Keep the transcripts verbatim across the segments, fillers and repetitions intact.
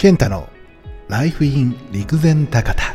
健太のライフイン陸前高田。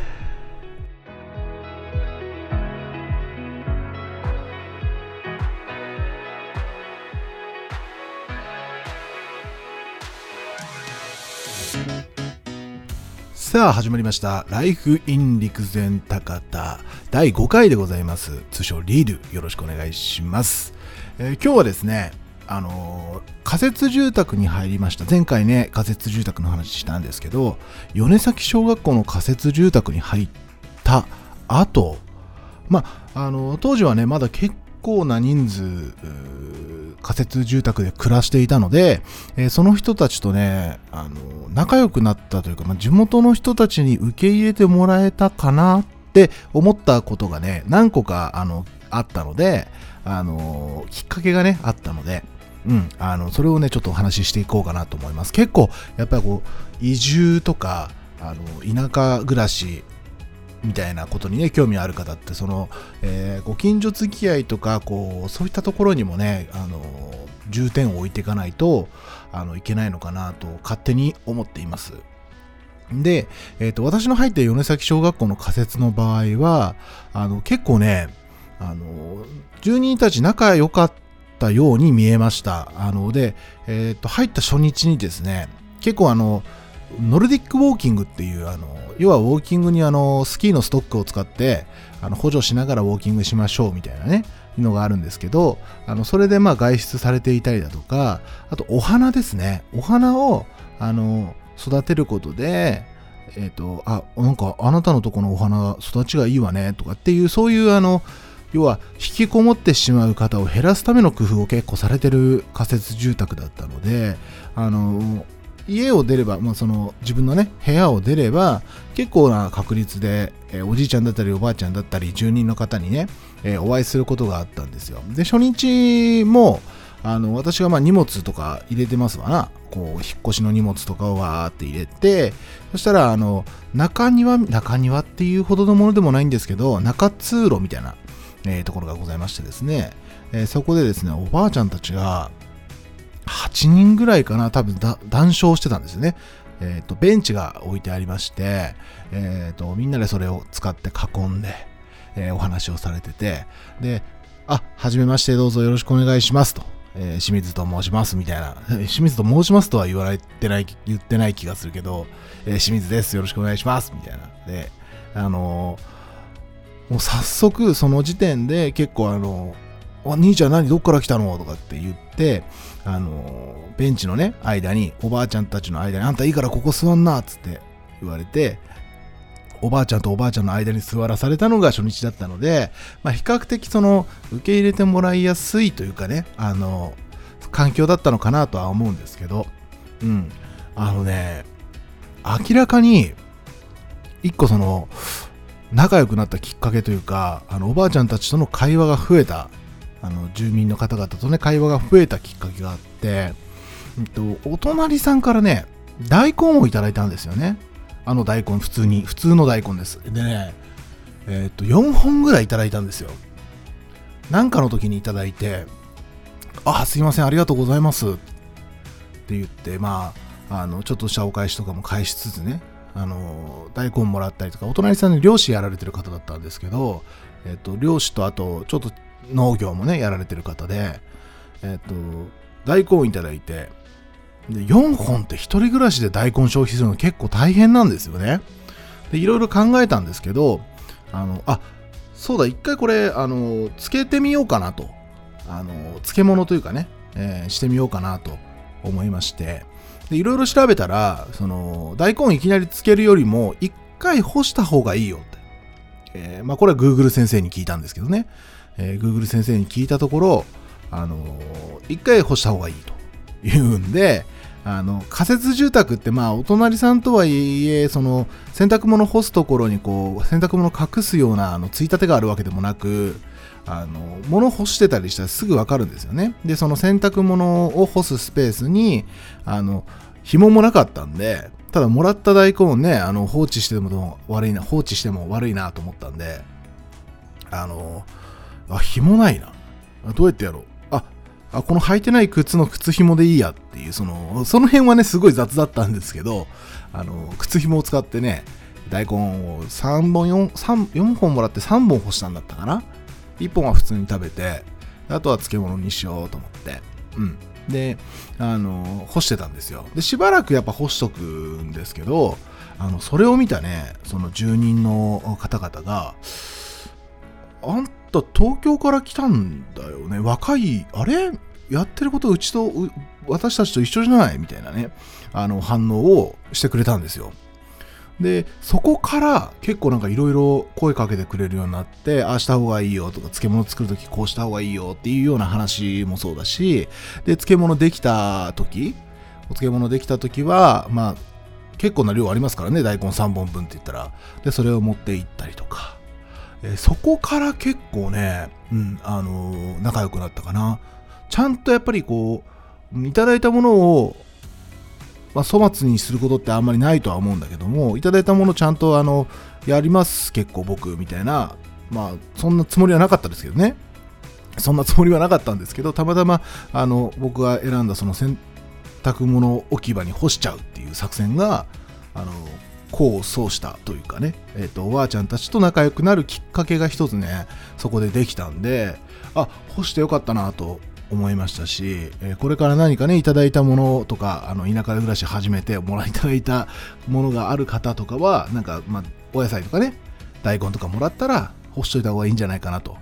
さあ始まりましたライフイン陸前高田だいごかいでございます。通称リード、よろしくお願いします。えー、今日はですねあのー、仮設住宅に入りました。前回ね仮設住宅の話したんですけど、米崎小学校の仮設住宅に入った後、まああのー、当時はねまだ結構な人数仮設住宅で暮らしていたので、えー、その人たちとねあのー、仲良くなったというか、まあ、地元の人たちに受け入れてもらえたかなって思ったことがね何個かあのあったので、あのー、きっかけがねあったので、うん、あのそれをねちょっとお話ししていこうかなと思います。結構やっぱりこう移住とかあの田舎暮らしみたいなことにね興味ある方って、その、えー、ご近所付き合いとかこうそういったところにもねあの重点を置いていかないとあのいけないのかなと勝手に思っています。で、えーと、私の入っている米崎小学校の仮設の場合はあの結構ねあの住人たち仲良かったように見えました。あので、えーと、入った初日にですね結構あのノルディックウォーキングっていうあの要はウォーキングにあのスキーのストックを使ってあの補助しながらウォーキングしましょうみたいなねのがあるんですけど、あのそれでまあ外出されていたりだとか、あとお花ですね。お花をあの育てることでえっとあなんかあなたのとこのお花育ちがいいわねとかっていう、そういうあの要は引きこもってしまう方を減らすための工夫を結構されてる仮設住宅だったので、あの家を出れば、まあ、その自分のね部屋を出れば結構な確率で、えー、おじいちゃんだったりおばあちゃんだったり住人の方にね、えー、お会いすることがあったんですよ。で初日もあの私がまあ荷物とか入れてますわな、こう引っ越しの荷物とかをわーって入れて、そしたらあの中庭中庭っていうほどのものでもないんですけど、中通路みたいな、えー、ところがございましてですね、えー、そこでですねおばあちゃんたちがはちにんぐらいかな、多分だ談笑してたんですよね。えっとベンチが置いてありまして、えっとみんなでそれを使って囲んで、えー、お話をされてて、で、あ、はじめましてどうぞよろしくお願いしますと、えー、清水と申しますみたいな、清水と申しますとは言われてない言ってない気がするけど、えー、清水ですよろしくお願いしますみたいなで、あのー、もう早速その時点で結構あのー、兄ちゃん何どっから来たのとかって言ってあのベンチのね間におばあちゃんたちの間に、あんたいいからここ座んなっつって言われて、おばあちゃんとおばあちゃんの間に座らされたのが初日だったので、まあ、比較的その受け入れてもらいやすいというかねあの環境だったのかなとは思うんですけど、うんあのね明らかに一個その仲良くなったきっかけというか、あのおばあちゃんたちとの会話が増えた、あの住民の方々とね会話が増えたきっかけがあって、えっと、お隣さんからね大根をいただいたんですよね。あの大根普通に普通の大根です。でねえっとよんほんぐらいいただいたんですよ。なんかの時にいただいて、あすいませんありがとうございますって言って、まああのちょっとしたお返しとかも返しつつね、あの大根もらったりとか、お隣さんに漁師やられてる方だったんですけど、えっと漁師とあとちょっと農業もねやられてる方で、えっと大根をいただいて、でよんほんって一人暮らしで大根消費するの結構大変なんですよね。でいろいろ考えたんですけど、あのあそうだ一回これあの漬けてみようかなと、あの漬物というかね、えー、してみようかなと思いまして、でいろいろ調べたらその大根いきなり漬けるよりも一回干した方がいいよって、えー、まあこれは Google 先生に聞いたんですけどね、えー、Google 先生に聞いたところ、あのー、一回干した方がいいと言うんで、あの仮設住宅ってまあお隣さんとはいえその洗濯物干すところにこう洗濯物隠すようなあのついたてがあるわけでもなく、あの物干してたりしたらすぐわかるんですよね。でその洗濯物を干すスペースにあの紐もなかったんで、ただもらった大根をねあの放置しても悪いな放置しても悪いなと思ったんで、あのあ紐ないなどうやってやろう、ああ、この履いてない靴の靴紐でいいやっていう、その、その辺はね、すごい雑だったんですけど、あの、靴紐を使ってね、大根をさんぼん、よん、さん、よんほんもらってさんぼん干したんだったかな。いっぽんは普通に食べて、あとは漬物にしようと思って、うん。で、あの、干してたんですよ。で、しばらくやっぱ干しとくんですけど、あの、それを見たね、その住人の方々が、あんた東京から来たんだよね。若い、あれやってることうちと、私たちと一緒じゃないみたいなね、あの、反応をしてくれたんですよ。で、そこから結構なんかいろいろ声かけてくれるようになって、ああした方がいいよとか、漬物作るときこうした方がいいよっていうような話もそうだし、で、漬物できたとき、お漬物できたときは、まあ、結構な量ありますからね、大根さんぼんぶんって言ったら。で、それを持って行ったりとか。えー、そこから結構ね、うん、あのー、仲良くなったかな。ちゃんとやっぱりこう、いただいたものを、まあ、粗末にすることってあんまりないとは思うんだけども、いただいたものちゃんとあの、やります、結構僕、みたいな、まあ、そんなつもりはなかったですけどね。そんなつもりはなかったんですけど、たまたま、あの、僕が選んだその洗濯物置き場に干しちゃうっていう作戦が、あの、功を奏したというかね、えっと、おばあちゃんたちと仲良くなるきっかけが一つね、そこでできたんで、あ、干してよかったなと思いましたし、えー、これから何かね、いただいたものとか、あの、田舎で暮らし始めてもらいただいたものがある方とかは、なんか、まあ、お野菜とかね、大根とかもらったら、干しといた方がいいんじゃないかなと、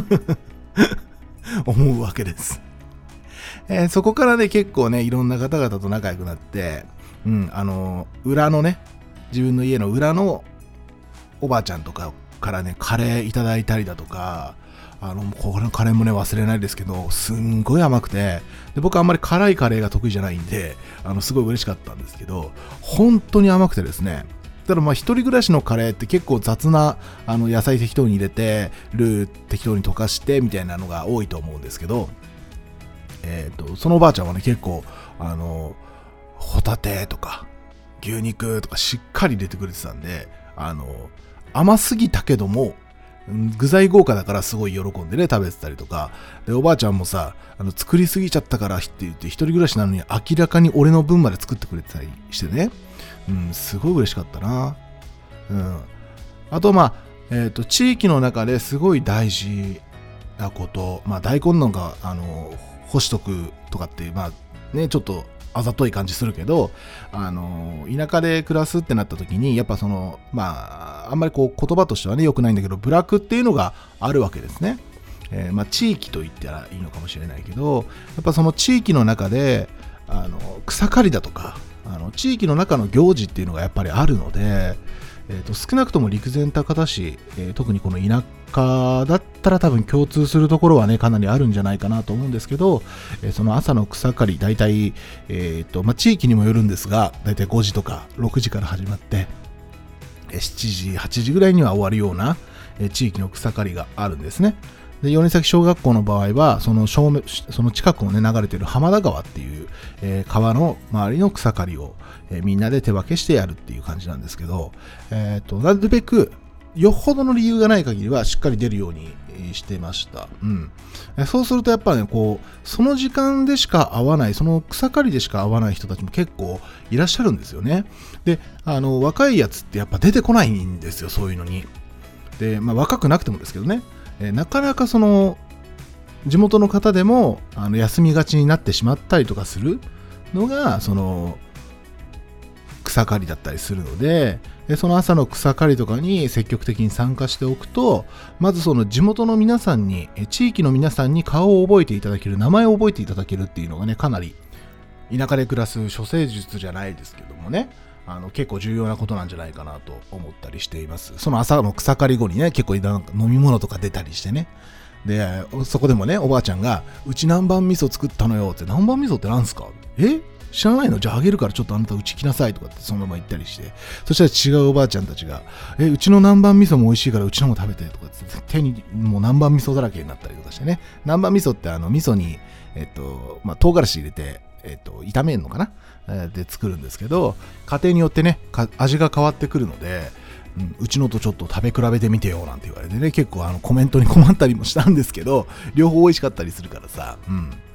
思うわけです。えー、そこからね、結構ね、いろんな方々と仲良くなって、うん、あの、裏のね、自分の家の裏のおばあちゃんとかからね、カレーいただいたりだとか、あの、このカレーもね、忘れないですけど、すんごい甘くて、で、僕あんまり辛いカレーが得意じゃないんで、あの、すごい嬉しかったんですけど、本当に甘くてですね、ただまあ一人暮らしのカレーって結構雑な、あの、野菜適当に入れて、ルー適当に溶かしてみたいなのが多いと思うんですけど、えっと、そのおばあちゃんはね、結構、あの、ホタテとか、牛肉とかしっかり入れてくれてたんで、あの、甘すぎたけども、具材豪華だからすごい喜んでね、食べてたりとか、で、おばあちゃんもさ、あの、作りすぎちゃったからって言って、一人暮らしなのに明らかに俺の分まで作ってくれてたりしてね、うん、すごい嬉しかったな。うん。あと、まあ、えっと、地域の中ですごい大事なこと、まあ、大根なんか、あの、干しとくとかって、まあ、ね、ちょっと、あざとい感じするけど、あの、田舎で暮らすってなった時に、やっぱその、まあ、あんまりこう言葉としてはね、良くないんだけど、部落っていうのがあるわけですね。えー、まあ、地域と言ったらいいのかもしれないけど、やっぱその地域の中で、あの、草刈りだとか、あの、地域の中の行事っていうのがやっぱりあるので、えーと、少なくとも陸前高田市、えー、特にこの田舎だったら多分共通するところはね、かなりあるんじゃないかなと思うんですけど、えー、その朝の草刈り、だいたい、えーと、まあ、地域にもよるんですが、だいたいごじとかろくじから始まって、えー、しちじ、はちじぐらいには終わるような、えー、地域の草刈りがあるんですね。で、米崎小学校の場合は、その正面、その近くをね、流れている浜田川っていう、えー、川の周りの草刈りを、えー、みんなで手分けしてやるっていう感じなんですけど、えっと、なるべく、よほどの理由がない限りはしっかり出るようにしてました。うん。そうするとやっぱね、こう、その時間でしか会わない、その草刈りでしか会わない人たちも結構いらっしゃるんですよね。で、あの、若いやつってやっぱ出てこないんですよ、そういうのに。で、まあ若くなくてもですけどね。えー、なかなかその、地元の方でも、あの、休みがちになってしまったりとかするのが、その、草刈りだったりするので、でその朝の草刈りとかに積極的に参加しておくと、まずその地元の皆さんに、地域の皆さんに顔を覚えていただける、名前を覚えていただけるっていうのがね、かなり田舎で暮らす処世術じゃないですけどもね、あの結構重要なことなんじゃないかなと思ったりしています。その朝の草刈り後にね、結構なんか飲み物とか出たりしてね、でそこでもね、おばあちゃんがうち南蛮味噌作ったのよって、南蛮味噌ってなんすか、え知らないの、じゃああげるからちょっとあなたうち来なさいとかってそのまま言ったりして、そしたら違うおばあちゃんたちが、えうちの南蛮味噌も美味しいからうちのも食べてとかって、手にもう南蛮味噌だらけになったりとかしてね。南蛮味噌ってあの味噌にえっとまあ唐辛子入れてえっと炒めるのかな、えー、で作るんですけど、家庭によってね味が変わってくるので、うん、うちのとちょっと食べ比べてみてよなんて言われてね、結構あのコメントに困ったりもしたんですけど、両方美味しかったりするからさ、うん。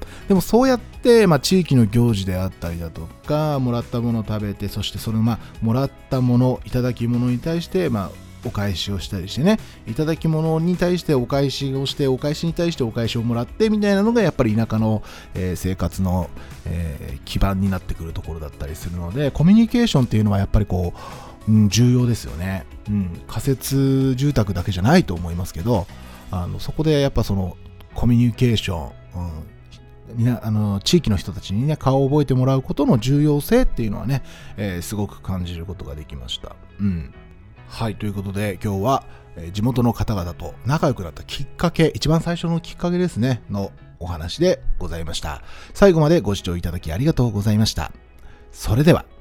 でもそうやって、まあ、地域の行事であったりだとか、もらったものを食べて、そしてその、まあ、もらったもの、いただき物に対して、まあ、お返しをしたりしてね、いただき物に対してお返しをして、お返しに対してお返しをもらってみたいなのがやっぱり田舎の、えー、生活の、えー、基盤になってくるところだったりするので、コミュニケーションっていうのはやっぱりこう、うん、重要ですよね。うん、仮設住宅だけじゃないと思いますけど、あのそこでやっぱそのコミュニケーション、うん、あの地域の人たちにね顔を覚えてもらうことの重要性っていうのはね、えー、すごく感じることができました。うん、はい、ということで今日は、えー、地元の方々と仲良くなったきっかけ、一番最初のきっかけですねのお話でございました。最後までご視聴いただきありがとうございました。それでは。